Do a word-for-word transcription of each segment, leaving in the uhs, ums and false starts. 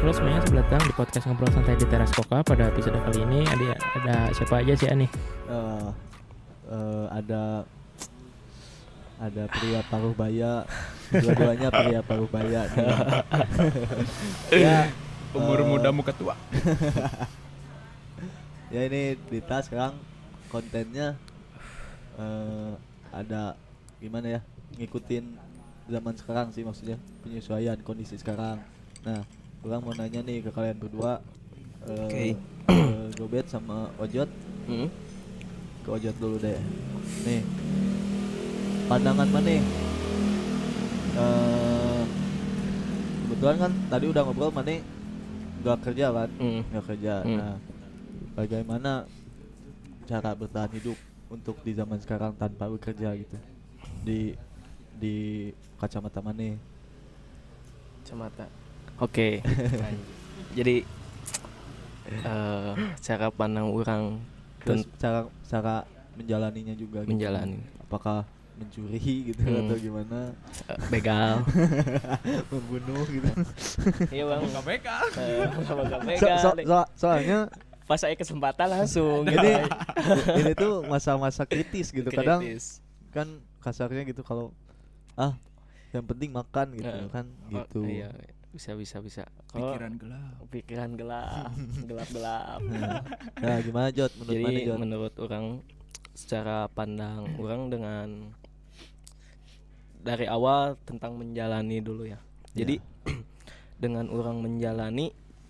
Halo semuanya, selamat datang di podcast Ngobrol Santai di Teras Koka. Pada episode kali ini ada ada siapa aja sih Ani? Uh, uh, ada ada pria paruh baya, dua-duanya pria paruh baya. Ya, umur uh, muda muka tua. Ya ini Dita sekarang kontennya uh, ada gimana ya, ngikutin zaman sekarang sih, maksudnya penyesuaian kondisi sekarang. Nah, orang mau nanya nih ke kalian berdua, uh, Oke. uh, Gobet sama Ojot. Hmm? Ke Ojot dulu deh. Nih, pandangan mana nih? Uh, kebetulan kan tadi udah ngobrol mana gak kerja kan? Hmm. Gak kerja. Hmm. Nah, bagaimana cara bertahan hidup untuk di zaman sekarang tanpa bekerja gitu? Di di kacamata mana? Kacamata. Oke. Jadi uh, cara pandang orang Terus cara cara menjalaninya juga gitu. Menjalani. Apakah mencuri gitu Hmm. atau gimana? uh, begal. Membunuh gitu. Iya bang. Buka begal. Buka So, begal. so, so- soalnya Pas saya kesempatan langsung. ini ini tuh masa-masa kritis gitu. Kadang Kritis. kan kasarnya gitu, kalau ah yang penting makan gitu Nah, kan gitu. Oh, iya, bisa bisa bisa. Kalau Pikiran gelap. pikiran gelap, gelap gelap. Nah, nah, gimana Jot menurut Jadi mana Jot? menurut orang, secara pandang orang dengan dari awal tentang menjalani dulu ya. Jadi dengan orang menjalani,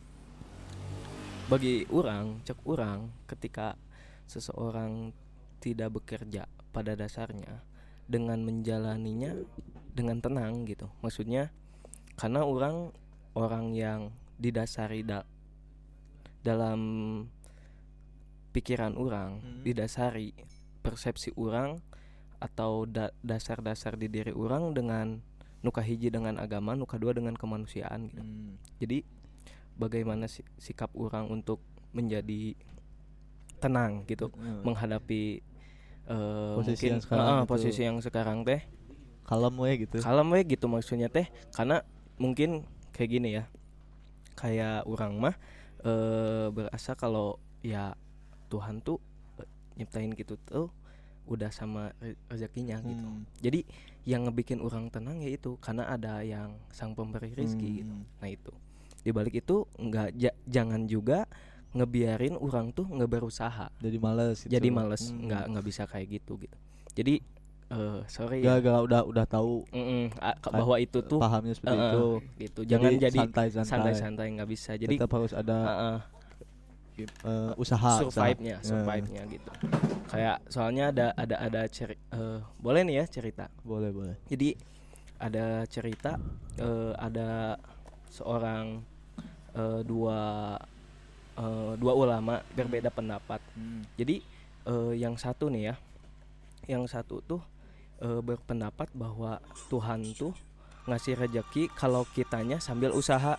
bagi orang, cek orang, ketika seseorang tidak bekerja pada dasarnya, dengan menjalaninya dengan tenang gitu. Maksudnya karena orang orang yang didasari da- dalam pikiran orang, Hmm. didasari persepsi orang atau da- dasar-dasar di diri orang dengan nuka hiji dengan agama, nuka dua dengan kemanusiaan gitu. Hmm. Jadi bagaimana si- sikap orang untuk menjadi tenang gitu Hmm. menghadapi uh, Posisi mungkin yang sekarang uh, gitu. posisi yang sekarang teh Kalem we gitu. kalem we gitu maksudnya teh, karena mungkin kayak gini ya, kayak orang mah uh, berasa kalau ya Tuhan tuh uh, nyiptain gitu tuh udah sama re- rezekinya gitu. Hmm. Jadi yang ngebikin orang tenang ya itu karena ada yang sang pemberi rezeki gitu. Hmm. Nah itu di balik itu nggak ja- jangan juga ngebiarin orang tuh nggak berusaha Jadi males gitu. jadi males, Hmm. nggak nggak bisa kayak gitu gitu. Jadi eh sorry Gak, ya, gak udah udah tahu Mm-mm, a- ke- kan, bahwa itu tuh pahamnya seperti eh, itu. gitu. Jangan jadi santai-santai. santai-santai, nggak bisa. Jadi Tetap harus ada eh, eh, uh, usaha. survive-nya, usaha. survive-nya gitu. Kayak soalnya ada ada ada ceri- eh, boleh nih ya cerita. Eh, boleh boleh. Jadi ada cerita eh, ada seorang eh, dua eh, dua ulama berbeda pendapat. Hmm. Jadi eh, yang satu nih ya, yang satu tuh eh, berpendapat bahwa Tuhan tuh ngasih rezeki kalau kitanya sambil usaha.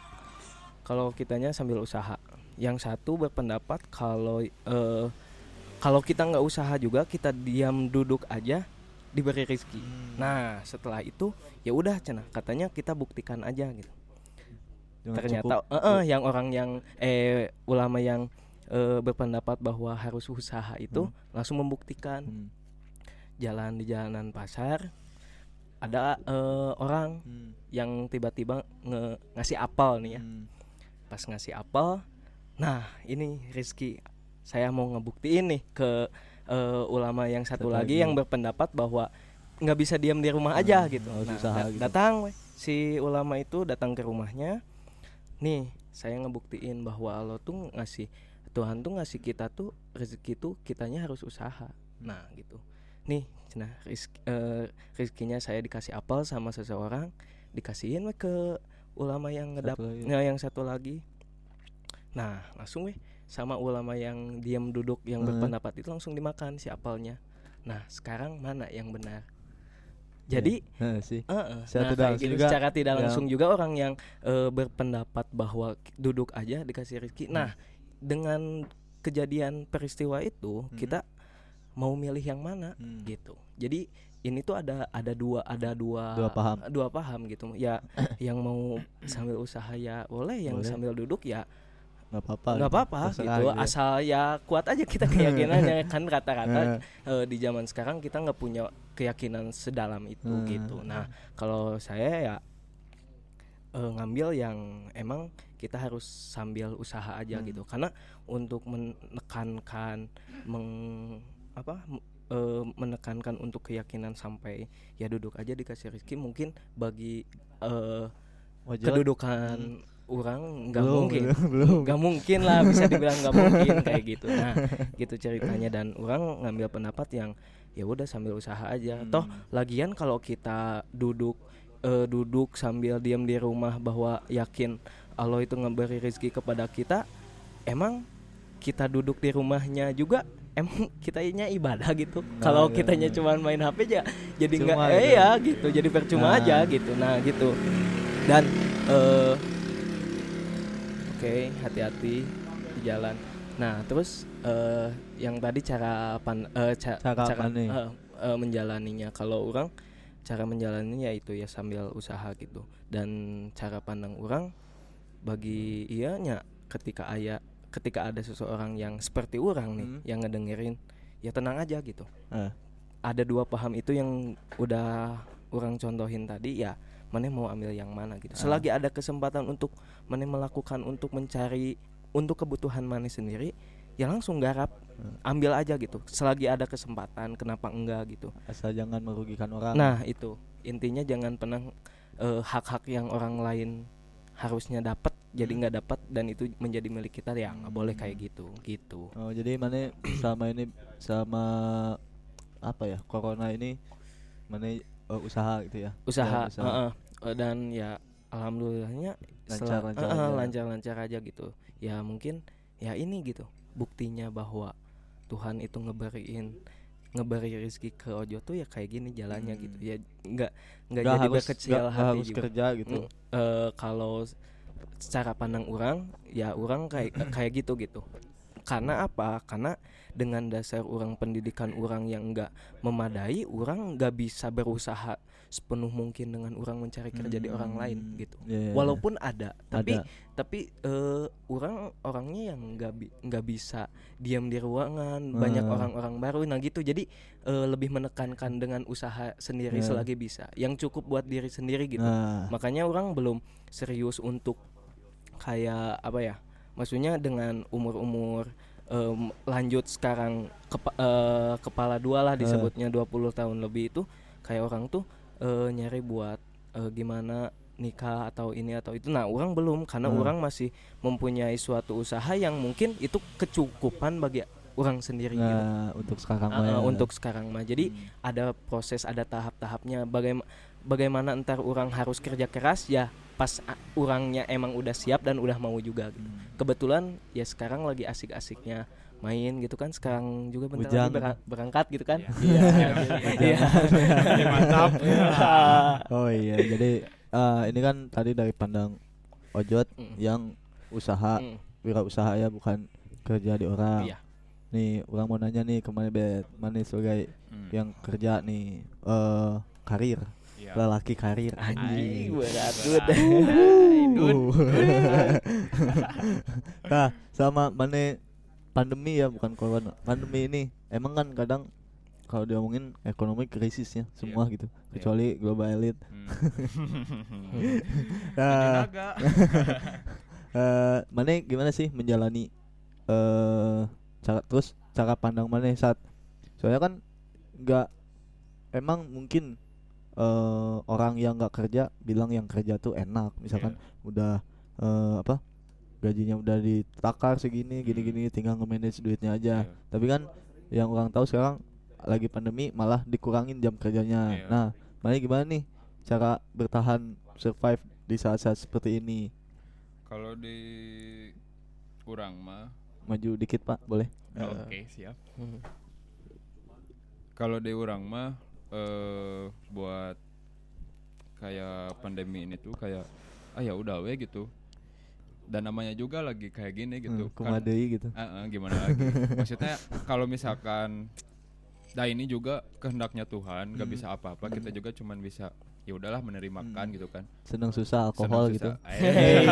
Kalau kitanya sambil usaha. Yang satu berpendapat kalau eh, kalau kita nggak usaha juga, kita diam duduk aja diberi rezeki. Hmm. Nah setelah itu ya udah cenah, katanya kita buktikan aja gitu. Dengan Ternyata cukup- eh, eh, yang orang yang eh ulama yang eh, berpendapat bahwa harus usaha itu Hmm. langsung membuktikan. Hmm. Jalan di jalanan pasar ada eh, orang Hmm. yang tiba-tiba nge- ngasih apel nih ya. Hmm. Pas ngasih apel, nah ini rezeki. Saya mau ngebuktiin nih ke eh, ulama yang satu Satu lagi lagi. yang berpendapat bahwa nggak bisa diam di rumah aja Hmm, gitu. harus Nah, usaha da- gitu. datang we, si ulama itu datang ke rumahnya. Nih, saya ngebuktiin bahwa Allah tuh ngasih, Tuhan tuh ngasih kita tuh rezeki tuh kitanya harus usaha. Nah, gitu. Nih, nah rezeki, eh, rezekinya saya dikasih apel sama seseorang, dikasihin we ke ulama yang ngedap, Satu lagi. nah yang satu lagi. Nah, langsung weh sama ulama yang diam duduk yang Hmm. berpendapat itu langsung dimakan si apelnya. Nah, sekarang mana yang benar? Jadi Nah, sih. Uh-uh. Secara Nah, tidak kayak langsung gitu, juga secara tidak yang- langsung juga orang yang uh, berpendapat bahwa k- duduk aja dikasih rezeki. Hmm. Nah, dengan kejadian peristiwa itu Hmm. kita mau milih yang mana Hmm. gitu. Jadi ini tuh ada ada dua ada dua Dua paham. dua paham gitu ya. Yang mau sambil usaha ya boleh, yang Boleh. sambil duduk ya nggak apa-apa nggak apa-apa terserah gitu, ya. asal ya kuat aja kita keyakinannya. Kan rata-rata eh, di zaman sekarang kita nggak punya keyakinan sedalam itu Hmm. gitu. Nah kalau saya ya eh, ngambil yang emang kita harus sambil usaha aja Hmm. gitu, karena untuk menekankan meng apa m- eh, menekankan untuk keyakinan sampai ya duduk aja dikasih rezeki, mungkin bagi eh, Wajar. kedudukan orang nggak Belum, mungkin belum, belum. nggak mungkin lah, bisa dibilang nggak mungkin kayak gitu. Nah gitu ceritanya, dan orang ngambil pendapat yang ya udah sambil usaha aja. Hmm. Toh lagian kalau kita duduk eh, duduk sambil diam di rumah bahwa yakin Allah itu ngeberi rezeki kepada kita, emang kita duduk di rumahnya juga emang kitanya ibadah gitu. Nah, Kalau iya, kitanya iya. cuma main H P aja jadi nggak Cuma eh gitu. ya gitu, jadi percuma Nah. aja gitu. Nah gitu. Dan eh oke, hati-hati di jalan. Nah terus eh yang tadi cara pan eh, ca- Cara cara apa nih? eh, eh, menjalaninya. Kalau orang cara menjalaninya itu ya sambil usaha gitu. Dan cara pandang orang bagi ianya ketika aya ketika ada seseorang yang seperti orang nih Hmm. yang ngedengerin, ya tenang aja gitu. Eh. Ada dua paham itu yang udah orang contohin tadi, ya mana mau ambil yang mana gitu. Selagi ada kesempatan untuk mana melakukan untuk mencari untuk kebutuhan mana sendiri, ya langsung garap, ambil aja gitu. Selagi ada kesempatan, kenapa enggak gitu. Asal jangan merugikan orang. Nah itu intinya, jangan pernah eh, hak-hak yang orang lain harusnya dapat jadi nggak dapat, dan itu menjadi milik kita, ya nggak boleh kayak gitu gitu. Oh, jadi mana sama ini sama apa ya, corona ini mana eh, usaha gitu ya. Usaha, Ya, heeh. Eh, dan ya alhamdulillahnya Lancar, sel- lancar eh, eh, aja. lancar-lancar aja gitu. Ya mungkin ya ini gitu buktinya bahwa Tuhan itu ngeberiin ngeberi rezeki ke Ojo tuh ya kayak gini jalannya Hmm. gitu ya, nggak nggak Nggak jadi harus berkecil nggak- nggak hati harus juga. kerja gitu. Mm, eh, kalau secara pandang orang ya orang kayak kayak gitu gitu. Karena apa? Karena dengan dasar orang pendidikan orang yang enggak memadai, orang nggak bisa berusaha sepenuh mungkin dengan orang mencari kerja di orang lain Hmm, gitu. iya, iya, Walaupun ada, tapi Ada. tapi eh, orang orangnya yang nggak bi- nggak bisa diam di ruangan, banyak Ah. orang-orang baru, nah gitu. Jadi eh, lebih menekankan dengan usaha sendiri Yeah. selagi bisa, yang cukup buat diri sendiri gitu. Nah, Makanya orang belum serius untuk kayak apa ya, maksudnya dengan umur-umur em, lanjut sekarang kepa- eh, kepala dua lah disebutnya, dua puluh tahun lebih itu kayak orang tuh eh, nyari buat eh, gimana nikah atau ini atau itu. Nah orang belum, karena Hmm. orang masih mempunyai suatu usaha yang mungkin itu kecukupan bagi orang sendiri gitu. nah untuk sekarang Ah, mah ya. ah, untuk sekarang mah. Jadi Hmm. ada proses, ada tahap-tahapnya. Bagaimana bagaimana entar orang harus kerja keras ya pas a- orangnya emang udah siap dan udah mau juga gitu. Hmm. Kebetulan ya sekarang lagi asik-asiknya main gitu kan. Sekarang juga bentar Bujang. lagi bera- berangkat gitu kan. Iya. Iya. Iya, mantap. Oh iya, jadi eh, ini kan tadi dari pandang Ojot Mm. yang usaha, Mm. wirausaha ya, bukan kerja di orang. Iya. Nih, orang mau nanya nih ke mana Bet, mana sebagai Hmm. yang kerja nih eh karir, Iya. lelaki karir Anjing anjing. berat Berat. dude. Uh. Nah, sama mana pandemi ya, bukan corona. Pandemi ini emang kan kadang kalau diomongin ekonomi krisisnya semua gitu, kecuali global elite. Hmm. Nah, Tenaga. eh mana gimana sih menjalani eh cara terus cara pandang mana saat, soalnya kan nggak, emang mungkin eh orang yang nggak kerja bilang yang kerja tuh enak, misalkan udah eh, apa gajinya udah ditakar segini gini-gini, tinggal nge-manage duitnya aja. Iya. Tapi kan yang orang tahu sekarang lagi pandemi malah dikurangin jam kerjanya. Iya. Nah, mana gimana nih cara bertahan survive di saat-saat seperti ini? Kalau di kurang mah Maju dikit Pak, boleh? oke siap. Hmm. Kalau di orang mah eh buat kayak pandemi ini tuh kayak ah ya udah we gitu. Dan namanya juga lagi kayak gini gitu. Hmm, kumadei gitu. Ah, ah, gimana lagi? Maksudnya kalau misalkan Nah ini juga kehendaknya Tuhan, nggak Hmm. bisa apa-apa. Kita juga cuman bisa ya udahlah menerimakan Hmm. gitu kan. Senang susah alkohol Senang gitu. susah. Eh.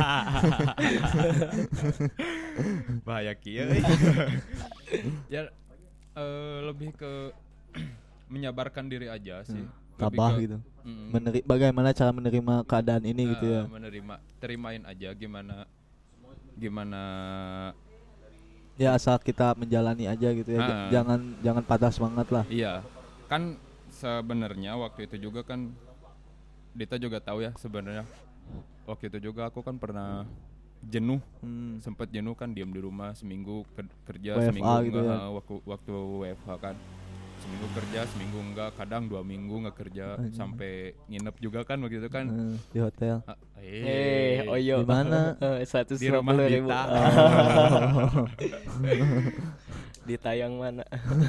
Bahaya kieu. Ya eh, lebih ke menyabarkan diri aja sih. Lebih Tabah ke- gitu. Mm, Meneri- bagaimana cara menerima keadaan ini gitu eh, ya. menerima, terimain aja gimana gimana Ya asal kita menjalani aja gitu ya. J- Ah. Jangan jangan patah semangat lah. iya kan sebenarnya waktu itu juga kan Dita juga tahu ya sebenarnya waktu itu juga aku kan pernah jenuh Hmm. sempet jenuh kan diam di rumah seminggu ker- kerja W F A seminggu gitu enggak ya. waktu waktu W F H kan seminggu kerja seminggu enggak kadang dua minggu nggak kerja Anjing. sampai nginep juga kan waktu itu kan Eh, di hotel. Ah, Eh, oh iya. Di mana? seratus Di lima rumah puluh ribu. Dita. Oh. Di tayang mana?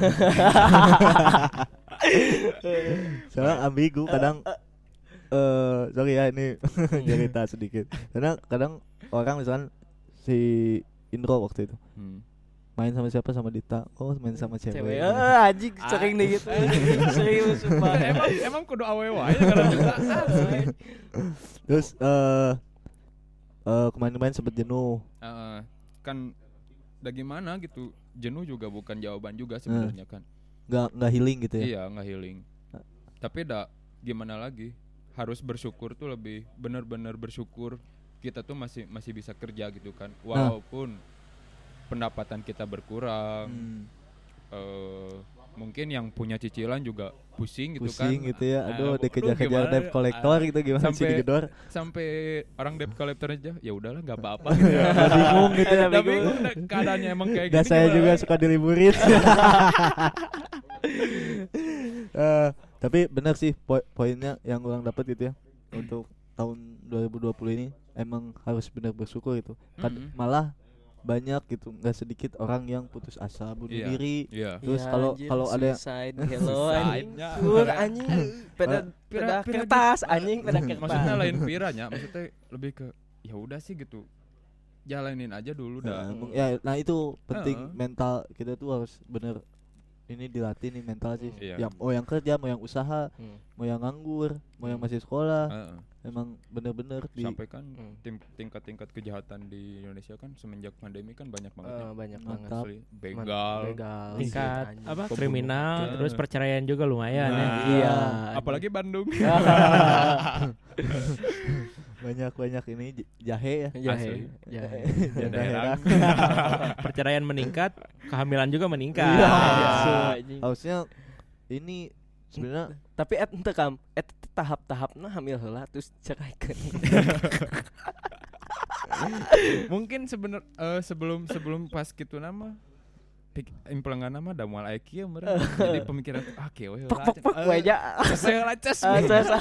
Soalnya ambigu kadang eh sorry ya ini cerita sedikit. Karena kadang orang misalkan si Indro waktu itu Hmm. main sama siapa sama Dita. Oh, main sama cewek. Cewek. Ah, anjing sering nih gitu. Serius sumpah. emang emang kudu awewe aja kalau kita asli. Terus eh eh kemarin-kemarin sempet jenuh. Eh, kan udah gimana gitu jenuh juga bukan jawaban juga sebenarnya kan Nggak nggak healing gitu ya. iya nggak healing tapi dah gimana lagi harus bersyukur tuh lebih benar-benar bersyukur kita tuh masih masih bisa kerja gitu kan walaupun pendapatan kita berkurang Hmm. eh, mungkin yang punya cicilan juga pusing gitu kan Pusing gitu ya. Aduh, Ah, dikejar-kejar gimana? debt collector Ah, gitu gimana sih sampai- digedor. sampai orang debt collector aja ya udahlah nggak apa-apa gitu ya. Udah bingung gitu ya. Udah bingung dah keadaannya emang kayak Dan gini saya gimana? juga suka diliburin. Eh, tapi benar sih po- poinnya yang orang dapat gitu ya untuk tahun dua ribu dua puluh ini emang harus benar bersyukur itu. Kan Mm-mm. malah banyak gitu nggak sedikit orang yang putus asa bunuh Iya. diri. Iya. Terus Iya, kalau anjir, kalau ada yang suicide, hello anjing. Suicide-nya. Sur anjing. Peda Pira- peda pira kertas gitu. anjing, peda kertas. Maksudnya lain piranya, maksudnya lebih ke ya udah sih gitu. Jalanin aja dulu Nah, dah. mung- ya, nah itu penting Heeh. mental kita tuh harus bener ini dilatih nih mental sih. Iya. Yang mau yang kerja, mau yang usaha, Hmm. mau yang nganggur, mau yang Hmm. masih sekolah, Heeh. emang bener-bener di Sampai kan Hmm. tim- tingkat-tingkat kejahatan di Indonesia kan semenjak pandemi kan banyak banget Eh, ya. banyak Mantap. banget. Asli, Man- begal. begal. Tingkat Anjing. apa Pembunuh. kriminal Iya. terus perceraian juga lumayan ya. Nah, Iya. Apalagi Bandung. banyak-banyak ini j- jahe ya. Jahe. Asli. Jahe. Ya, daerah. Perceraian meningkat, kehamilan juga meningkat. Iya. Iya. Anjing. Harusnya ini sebenarnya Tapi et ente kam, et tahap-tahapna hamil heula terus ceraikeun. Mungkin sebener eh, sebelum sebelum pas gitu nama pik implengan nama da moal aya kieu meureun. Jadi pemikiran ah kieu we Pok pok pok we aja. Saya laces. Ah, sasa.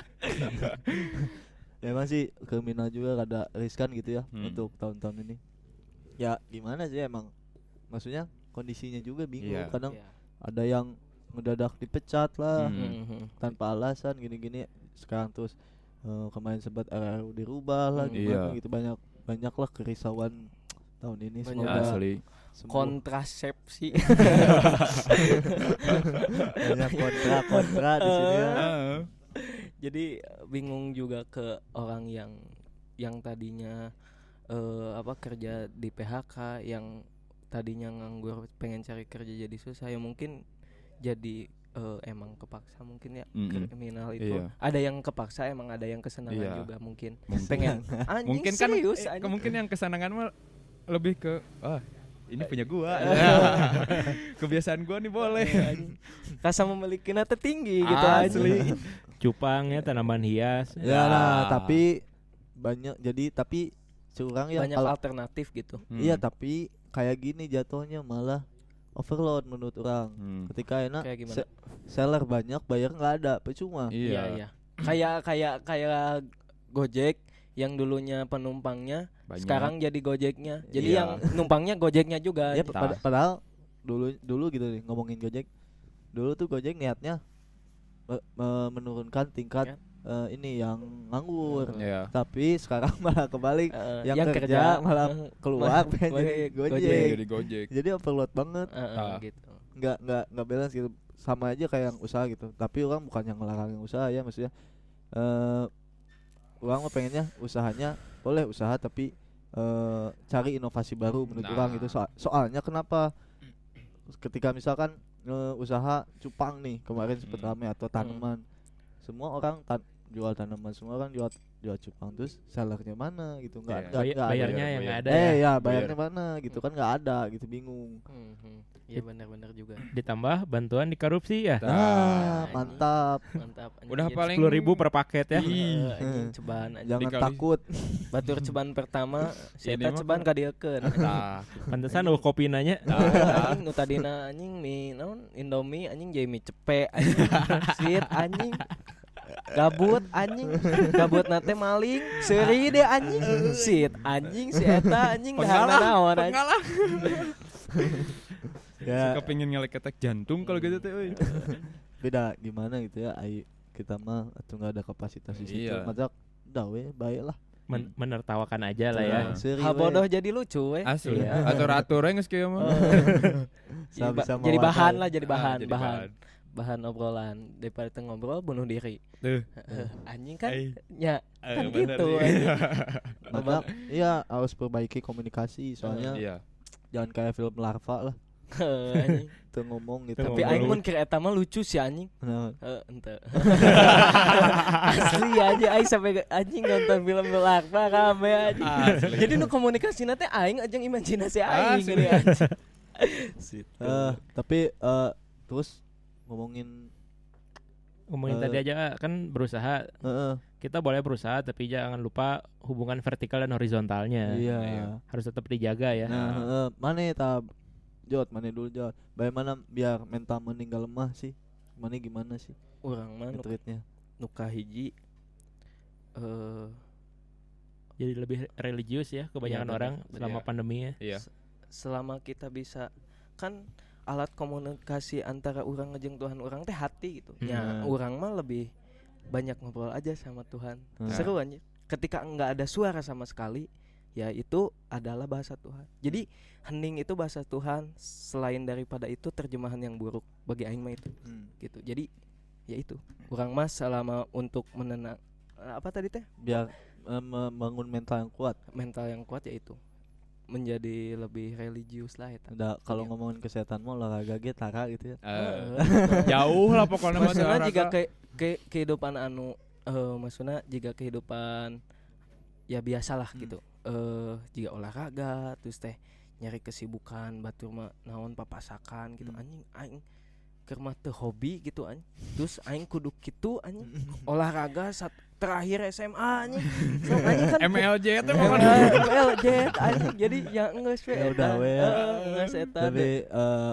memang sih kriminal juga rada riskan gitu ya Hmm. untuk tahun-tahun ini. Ya gimana sih emang maksudnya kondisinya juga bingung. Iya. Kadang Iya. ada yang mendadak dipecat lah Hmm. Mhm. tanpa alasan gini-gini. Sekarang terus eh, kemarin sempat R R U dirubah lah Hmm. gimana Iya. gitu banyak banyak lah kerisauan tahun ini. Banyak. Semoga Asli. sembuh. Kontrasepsi. banyak kontra-kontra di sini ya. Heeh. Jadi eh, bingung juga ke orang yang yang tadinya eh, apa kerja di P H K, yang tadinya nganggur pengen cari kerja jadi susah, ya mungkin jadi eh, emang kepaksa mungkin ya. Mm-mm. Kriminal itu Iya. ada yang kepaksa, emang ada yang kesenangan Iya. juga mungkin Mungkin. pengen anjing Mungkin kan serius, eh, anjing. mungkin yang kesenangan mah lebih ke ah ini punya gua. Kebiasaan gua nih boleh. rasa memilikinya tertinggi gitu Asli. anjing. Cupang ya, tanaman hias. Ya Ya. lah, tapi banyak jadi tapi curang ya Banyak kalau alternatif gitu. Hmm. iya tapi kayak gini jatuhnya malah overload menurut orang. Hmm. Ketika enak Kayak gimana? se- seller banyak bayar nggak ada percuma. Iya, iya. Kayak kayak kayak Gojek yang dulunya penumpangnya Banyak. sekarang jadi Gojeknya. Jadi Iya. yang numpangnya Gojeknya juga. Ya gitu. pada- padahal dulu dulu gitu nih ngomongin Gojek. Dulu tuh Gojek niatnya me- me- menurunkan tingkat Ya. eh, ini yang nganggur. Iya. Tapi sekarang malah kebalik Eh, yang kerja malah eh, keluar malah pengen jadi balik Gojek. Gojek. Jadi Gojek. Jadi overload banget. eh, eh, Ah. gitu. nggak nggak nggak balance gitu, sama aja kayak yang usaha gitu. Tapi orang bukan yang ngelarang yang usaha ya, maksudnya eh orang mah pengennya usahanya boleh usaha tapi eh cari inovasi baru menurut Nah. orang gitu. Soal, soalnya kenapa ketika misalkan eh, usaha cupang nih kemarin sempat Hmm. rame atau tanaman, semua orang tan- jual tanaman, semua orang jual jual cupang, terus sellernya mana gitu, nggak Iya. nggak Bay- nggak ada. bayarnya bayar, yang nggak ada eh ya. ya bayarnya mana gitu kan, nggak ada gitu, bingung. Mhm. Iya benar-benar juga. Ditambah bantuan di korupsi ya. Nah. Nah, anjing. mantap. Mantap. anjing. Udah Jadi paling sepuluh ribu per paket ya. Ih. Eh, anjing ceban anjing. Jangan Dikali- takut. Batur ceban pertama Ini saya mah ceban ka dieukeun. Nah, Pantesan oh kopi nanya. Anjing nu tadina anjing mie naon Indomie anjing jadi mie cepe anjing. Sweet anjing. Gabut anjing. Gabut nate maling, seuri deh anjing. Sweet anjing si eta anjing dahana naon anjing. pengalah. Ya Suka pengen ngelek ketek jantung kalau gitu teh euy. beda gimana gitu ya, ai kita mah atau nggak ada kapasitas di situ. Iya. Masa udah we baik lah. Men- menertawakan aja lah ya. Nah. Seuri Ha we. bodoh jadi lucu we. Asli. Iya. Atur-atur geus kieu mah. Bisa- Jadi, ba- bisa jadi mewadai. bahan lah, jadi Ah, bahan, jadi bahan, bahan obrolan daripada teu ngobrol bunuh diri. Tuh. Heeh, anjing kan, Ai. ya Eh, kan bener gitu. sih. anjing. Maka iya harus perbaiki komunikasi, soalnya Iya. jangan kayak film larva lah, Heeh, anjing. tuh ngomong gitu. Tuh Tapi ngomong. aing mun kira eta mah lucu sih anjing. Nah, Heeh, ente. Asli aja aing sampai ke- anjing nonton film larva rame anjing. Asli. Jadi nu komunikasina teh aing aja imajinasi aing Asli. gini anjing. eh, tapi eh, terus ngomongin Ngomongin Eh. tadi aja kan berusaha. eh, Kita boleh berusaha tapi jangan lupa hubungan vertikal dan horizontalnya. iya. iya. Harus tetap dijaga ya. Nah, eh, mana ta Jot, mana dulu Jot. Bagaimana biar mental meninggal lemah sih? Mana gimana sih Urang mah nu, treatnya? nu kahiji eh Jadi lebih religius ya kebanyakan Iya, benar. orang selama Iya. pandemi ya. Iya. selama kita bisa kan alat komunikasi antara orang ngejeng Tuhan orang teh hati gitu. Ya Hmm. orang mah lebih banyak ngobrol aja sama Tuhan. Hmm. Seru anjir. Ketika enggak ada suara sama sekali, ya itu adalah bahasa Tuhan. Jadi hening itu bahasa Tuhan. Selain daripada itu terjemahan yang buruk bagi aing mah itu Hmm. gitu. Jadi ya itu. Orang mah selama untuk menenang apa tadi teh? Biar eh, membangun mental yang kuat. Mental yang kuat ya itu. Menjadi lebih religius lah eta. Ada kalau Iya. ngomongin kesehatan mau olahraga ge tara gitu ya. Eh, Heeh. jauh lah pokoknya mah Maksudnya olahraga. jika ke, ke kehidupan anu eh maksudnya jika kehidupan ya biasalah Hmm. gitu. Eh jika olahraga terus teh nyari kesibukan batur mah naon papasakan gitu Hmm. anjing aing keur mah teu hobi gitu anjing. Terus aing kudu kitu anjing olahraga saat terakhir S M A anjing. Sok anjing kan M L J teh M mah L J anjing jadi ya geus we Ya eta. udah we. Heeh, geus eta Lebih deh. eh,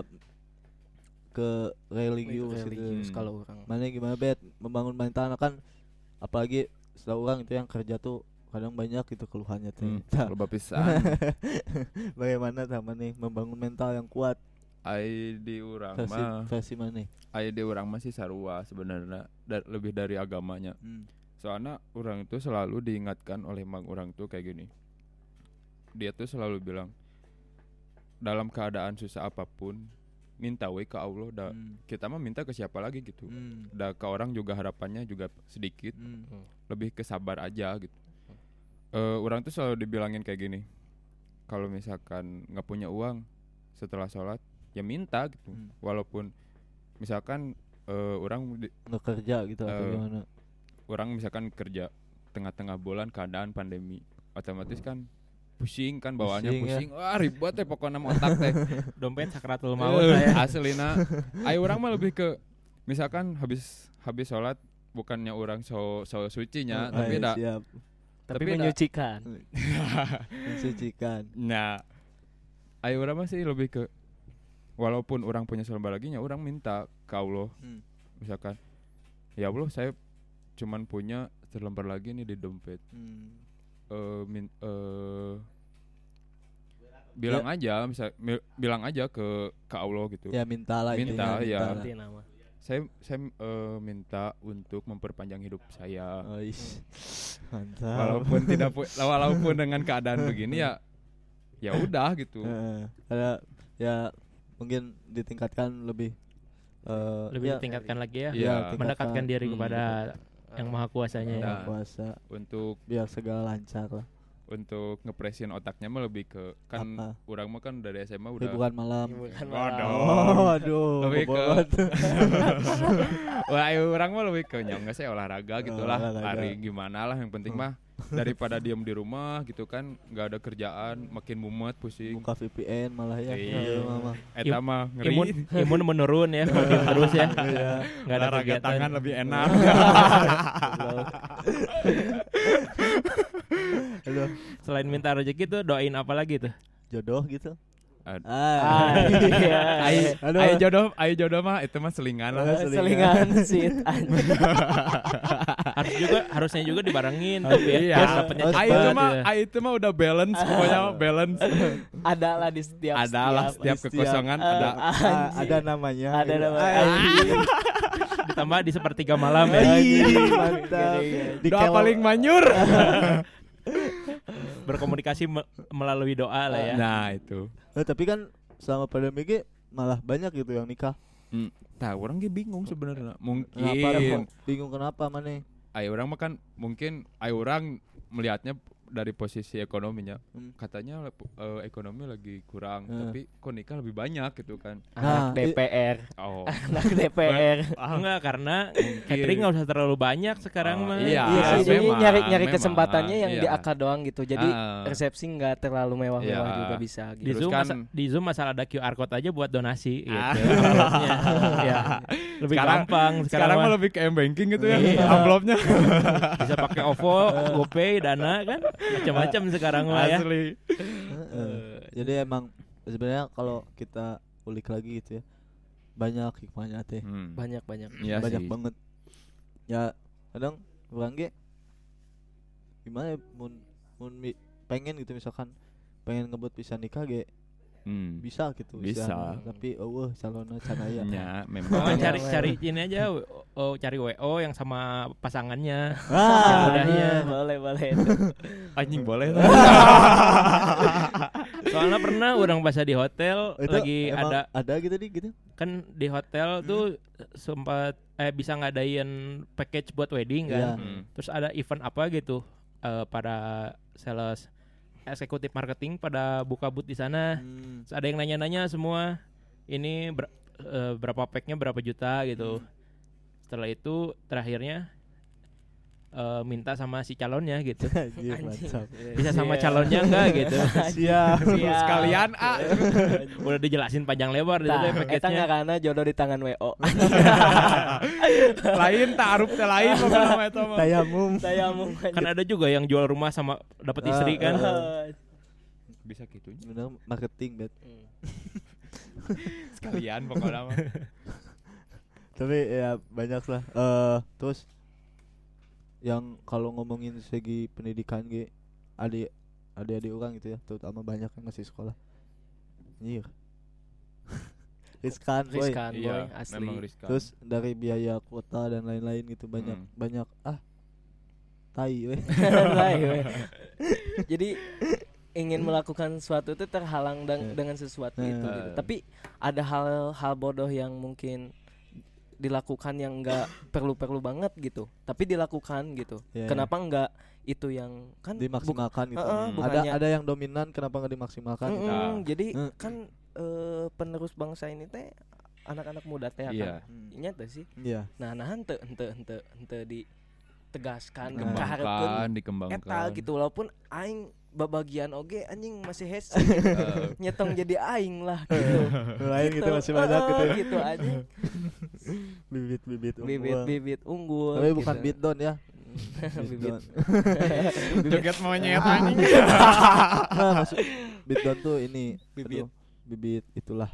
ke religius, Religius gitu. kalau orang. Mana gimana bet membangun mental kan, apalagi setelah orang itu yang kerja tuh kadang banyak gitu keluhannya teh. Hmm, Tah, loba pisan. bagaimana sama nih membangun mental yang kuat? Ai di urang Versi mah, versi mana? ai di urang mah sih sarua sebenarnya da- lebih dari agamanya. Hmm. Soalnya orang itu selalu diingatkan oleh mang orang tuh kayak gini. Dia tuh selalu bilang dalam keadaan susah apapun minta we ke Allah. Da, Hmm. kita mah minta ke siapa lagi gitu. Hmm. Da ke orang juga harapannya juga sedikit, Hmm. lebih ke sabar aja gitu. Eh orang tuh selalu dibilangin kayak gini. Kalau misalkan nggak punya uang setelah sholat ya minta gitu. Hmm. Walaupun misalkan eh, orang di, Nggak kerja gitu atau Eh, gimana? orang misalkan kerja tengah-tengah bulan keadaan pandemi otomatis kan pusing kan bawaannya Pusing, ya. pusing, wah ribet teh pokoknya mah otak teh. Dompet sakratul maut Eh, lah ya. aslina ai orang mah lebih ke misalkan habis habis sholat bukannya orang so so sucinya Oh, tapi ay, da siap. Tapi, Tapi da- menyucikan. Mensucikan. nah ai orang mah sih lebih ke walaupun orang punya selembar lagi nya orang minta ke Allah Hmm. misalkan ya Allah saya cuman punya selembar lagi nih di dompet. Hmm. eh min, eh bilang aja misal mi- bilang aja ke ke Allah gitu. Ya minta lah Minta, intinya, ya. lah. Ganti nama. Saya saya eh, minta untuk memperpanjang hidup saya. Oh, ish. Mantap. Walaupun tidak pu- walaupun dengan keadaan begini ya ya udah gitu. Heeh. Ada ya mungkin ditingkatkan lebih eh, Lebih ya, ditingkatkan lagi ya. Iya. tingkatkan Mendekatkan diri Hmm. kepada yang maha kuasanya ya. Nah. puasa Untuk biar segala lancar lah. untuk ngepresin otaknya mah lebih ke kan Apa? urang mah kan dari S M A udah Hiburan malam. Hiburan Waduh. Oh, aduh. Lebih bobot ke- banget. Wah, ayo orang mah lebih ke nyong saya olahraga gitulah, olahraga. lari gimana lah yang penting mah daripada diem di rumah gitu kan, nggak ada kerjaan, makin mumet pusing. Buka V P N malah ya. Iya. Di rumah mah. Eta mah ngeri. Imun imun menurun ya, kalau diem terus ya. Enggak ada Olahraga kegiatan. tangan lebih enak. Aduh, Selain minta rezeki tuh doain apa lagi tuh? jodoh gitu. Ad- Ah. iya. Ai, Aduh. ai jodoh, ai jodoh mah itu mah selingan lah. Oh, Selingan sih anjing. Harus juga harusnya juga dibarengin tapi ya. Iya. Biar dapetnya Oh, Ai cepat itu mah, gitu. ai itu mah udah balance, pokoknya mah balance. Ada lah di setiap Ada lah setiap setiap- kekosongan eh, ada. Ah, anjing. ada namanya. Ada gitu. namanya. Anjing. Ditambah di sepertiga malam ya. Anjing, mantap. Di Doa kel- paling manyur. Berkomunikasi me- melalui doa lah ya. Nah, itu. Nah, tapi kan selama pandemi ini malah banyak gitu yang nikah. Hmm. Tah, orang ge bingung sebenarnya. Kenapa? Mungkin Bingung kenapa mana? ai orang mah kan mungkin ai orang melihatnya dari posisi ekonominya. Hmm. Katanya eh, ekonomi lagi kurang, Hmm. tapi kok nikah lebih banyak gitu kan. Nah, Anak D P R. Oh. Anak D P R. Enggak, karena catering nggak usah terlalu banyak sekarang Oh, mah. iya. Iya sih, Ah, jadi memang, nyari nyari memang, kesempatannya yang iya. di akad doang gitu. Jadi Ah. resepsi nggak terlalu mewah-mewah Iya. juga bisa Di gitu. Terus Zoom kan- masa- di Zoom masalah ada Q R code aja buat donasi gitu. Ah. Amplopnya. Ya. Lebih Sekarang- gampang Sekarang sekarang, mah mah. lebih ke m-banking gitu ya, Iya. amplopnya. Bisa pakai OVO, GoPay, Dana kan. Macam-macam sekarang mah ya. Asli. Heeh. Jadi emang sebenarnya kalau kita ulik lagi gitu ya, banyak hikmahnya teh. Hmm. Banyak banyak. Iya banyak sih. banget. Ya kadang orang ge gimana ya, mun mun mi- pengen gitu misalkan pengen ngebut bisa nikah ge Hmm. bisa gitu Bisa. istilahnya. Tapi eueuh calonna can aya. Ya, Oh, memang. cari cari ini aja, oh, cari W O yang sama pasangannya. Ah, Udahnya. boleh boleh. Anjing boleh. Soalnya pernah orang bahasa di hotel itu lagi emang ada ada gitu di gitu. kan di hotel tuh sempat eh bisa ngadain package buat wedding Iya. kan. Hmm. Terus ada event apa gitu eh, para sales eksekutif marketing pada buka booth di sana. Hmm. Terus ada yang nanya-nanya semua ini ber- eh, berapa packnya berapa juta gitu. Setelah itu terakhirnya eh, minta sama si calonnya gitu. Anjir, mantap. Bisa sama calonnya enggak gitu. Siap. Siap. Sekalian ah. Udah dijelasin panjang lebar gitu Tah, deh eta package-nya. karena jodoh di tangan W O. Lain taruh teh lain pokoknya mah eta mah. Tayamum. Saya mau Kan ada juga yang jual rumah sama dapat istri Ah, kan. ah. Bisa gitunya. Bener marketing bet. Sekalian pokoknya mah. Tapi ya banyak lah. Eh terus yang kalau ngomongin segi pendidikan ge adik adik-adik orang gitu ya, terutama banyak yang masih sekolah. Anjir. Riskan, boy. riskan boy Iya, asli. memang riskan. Terus dari biaya kuota dan lain-lain gitu banyak Hmm. banyak ah tai weh. Lah, we. Jadi ingin melakukan sesuatu itu terhalang deng- Ya. dengan sesuatu Nah. itu gitu. Tapi ada hal-hal bodoh yang mungkin dilakukan yang enggak perlu-perlu banget gitu. Tapi dilakukan gitu. Ya, Kenapa enggak itu yang kan buk- dimaksimalkan gitu. Heeh, Hmm. Ada bukannya- ada yang dominan kenapa nggak dimaksimalkan gitu. Mm-mm, Nah. jadi Mm. kan eh, penerus bangsa ini teh anak-anak muda teh Iya. kan. Hmm. Nya teh sih. Iya. Nah, nah henteu henteu henteu henteu ditegaskan Nah. Dikembangkan, eta dikembangkan. gitu walaupun aing babagian oge anjing masih hese Eh, nyetong jadi aing lah gitu. Lain gitu masih banyak gitu. Eh, ya. gitu aja. Bibit-bibit unggul. Bibit-bibit unggul. Tapi gitu. bukan beat down ya. Bibit. joget monyet anjing. Nah, maksud beat down tuh ini Bibit. aduh, bibit itulah.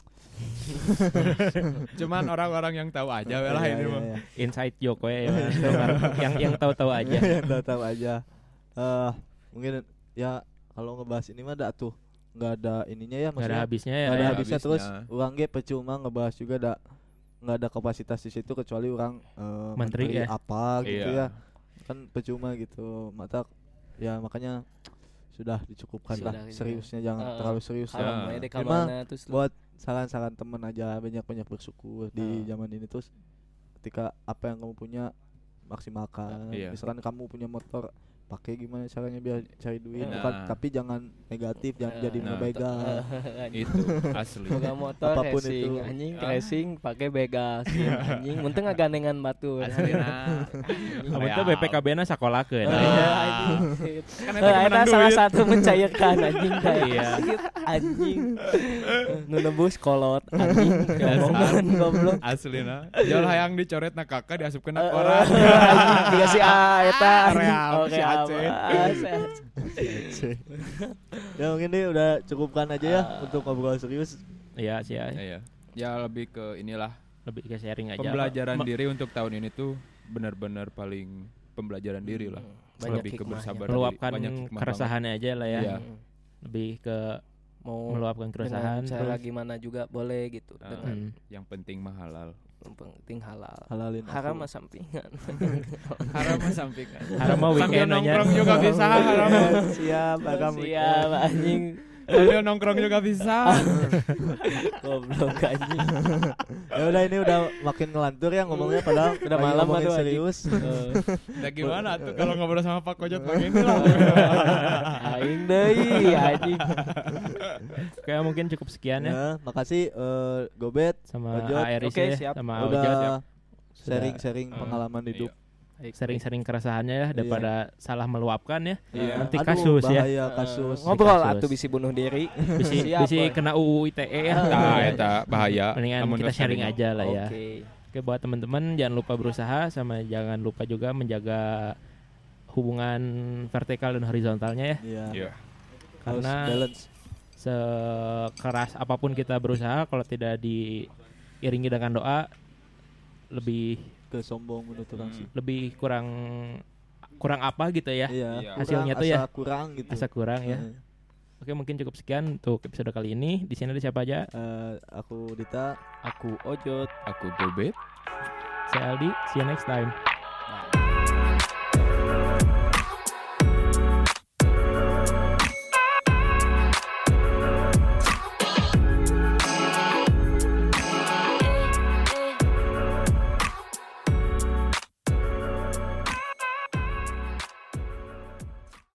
Cuman orang-orang yang tahu aja we lah Iya, ini iya, mah. iya. Inside joke ya, yang yang tahu-tahu aja. Yang tahu-tahu aja. Eh mungkin ya kalau ngebahas ini mah ada tuh nggak ada ininya ya Gak ada maksudnya. habisnya ya. Nggak ada ya. habisnya habisnya. terus orang ge percuma ngebahas juga ada nggak ada kapasitas di situ kecuali orang eh, Menteri ya. apa gitu Iya. ya. Kan percuma gitu. Mata ya makanya sudah dicukupkan Sudah lah gitu. seriusnya jangan Eh, terlalu serius Kalau lah. Ya. main deh Emang kamana terus lu- buat saran-saran teman aja, banyak-banyak bersyukur di zaman ini. Terus ketika apa yang kamu punya maksimalkan. Iya. Misalkan kamu punya motor, pakai gimana caranya biar cari duit, Nah. bukan, tapi jangan negatif, jangan jadi Nah. begal. Itu asli. Boga motor Apapun racing itu. anjing Ah. racing pakai begal sih anjing munteng ngagandengan batu Aslina. Kamu tuh B P K B-na sakolahkeun. Iya, anjing. Kan Eh, eta eta menang salah duit. satu mencairkan anjing teh. Iya. Anjing. Nu nembus kolot anjing. Omongan goblok. Aslina. Jol hayang dicoretna kakak diasupkeun Eh, ka orang. eh, anjing dikasih ah eta anjing. Real, Oke, si Aceh. apa? Ya mungkin ini udah cukupkan aja ya untuk ngobrol serius. Iya sih ya. Iya. Ya lebih ke inilah Lebih ke sharing aja. pembelajaran Ma- diri untuk tahun ini tuh benar-benar paling pembelajaran diri lah. Banyak Lebih ke hikmahnya. bersabar diri, meluapkan banyak hikmah keresahannya aja lah ya. Iya. Lebih ke Mau meluapkan keresahan. dengan cara terus- gimana juga boleh gitu Ah. dengan Hmm. banget. Yang penting mah halal. yang penting halal. Halalin aku. Haram mah sampingan. Haram mah sampingkan. Haram mah Sambil weekend aja. nongkrong juga bisa haram. mah. Siap, Agam. Siap anjing. Sambil nongkrong juga bisa. Goblok anjing. Ya udah, ini udah makin ngelantur ya ngomongnya, padahal Udah lagi malam, ngomongin aduh, anjing. serius. Udah gimana tuh kalau ngobrol sama Pak Kojot begini lah. Aing deui anjing. Oke, mungkin cukup sekian ya Ya, makasih eh, Gobet sama Ojot. A R I C Oke, ya, siap. sama udah Ojot ya. sharing-sharing Sudah. pengalaman hidup. Sering-sering keresahannya ya daripada salah meluapkan ya. Iya. Nanti Aduh, kasus ya. bahaya kasus. Ngobrol kasus. atuh bisi bunuh diri. Bisi, Siap, bisi boy. kena U U I T E ya. Nah, eta bahaya. Mendingan Amun kita geus sharing sering. aja lah ya. Oke. Oke, buat teman-teman jangan lupa berusaha sama jangan lupa juga menjaga hubungan vertikal dan horizontalnya ya. Iya. Iya. Harus Karena balance. sekeras apapun kita berusaha kalau tidak diiringi dengan doa lebih Ke sombong menurut orang Hmm. sih. lebih kurang kurang apa gitu ya. Iya. Iya. Hasilnya Kurang, tuh ya. asa kurang gitu. Asa kurang ya. Eh, Oke, mungkin cukup sekian untuk episode kali ini. Di sini ada siapa aja? eh, aku Dita. Aku Ojot. Aku Gobet. Saya Aldi. See you next time.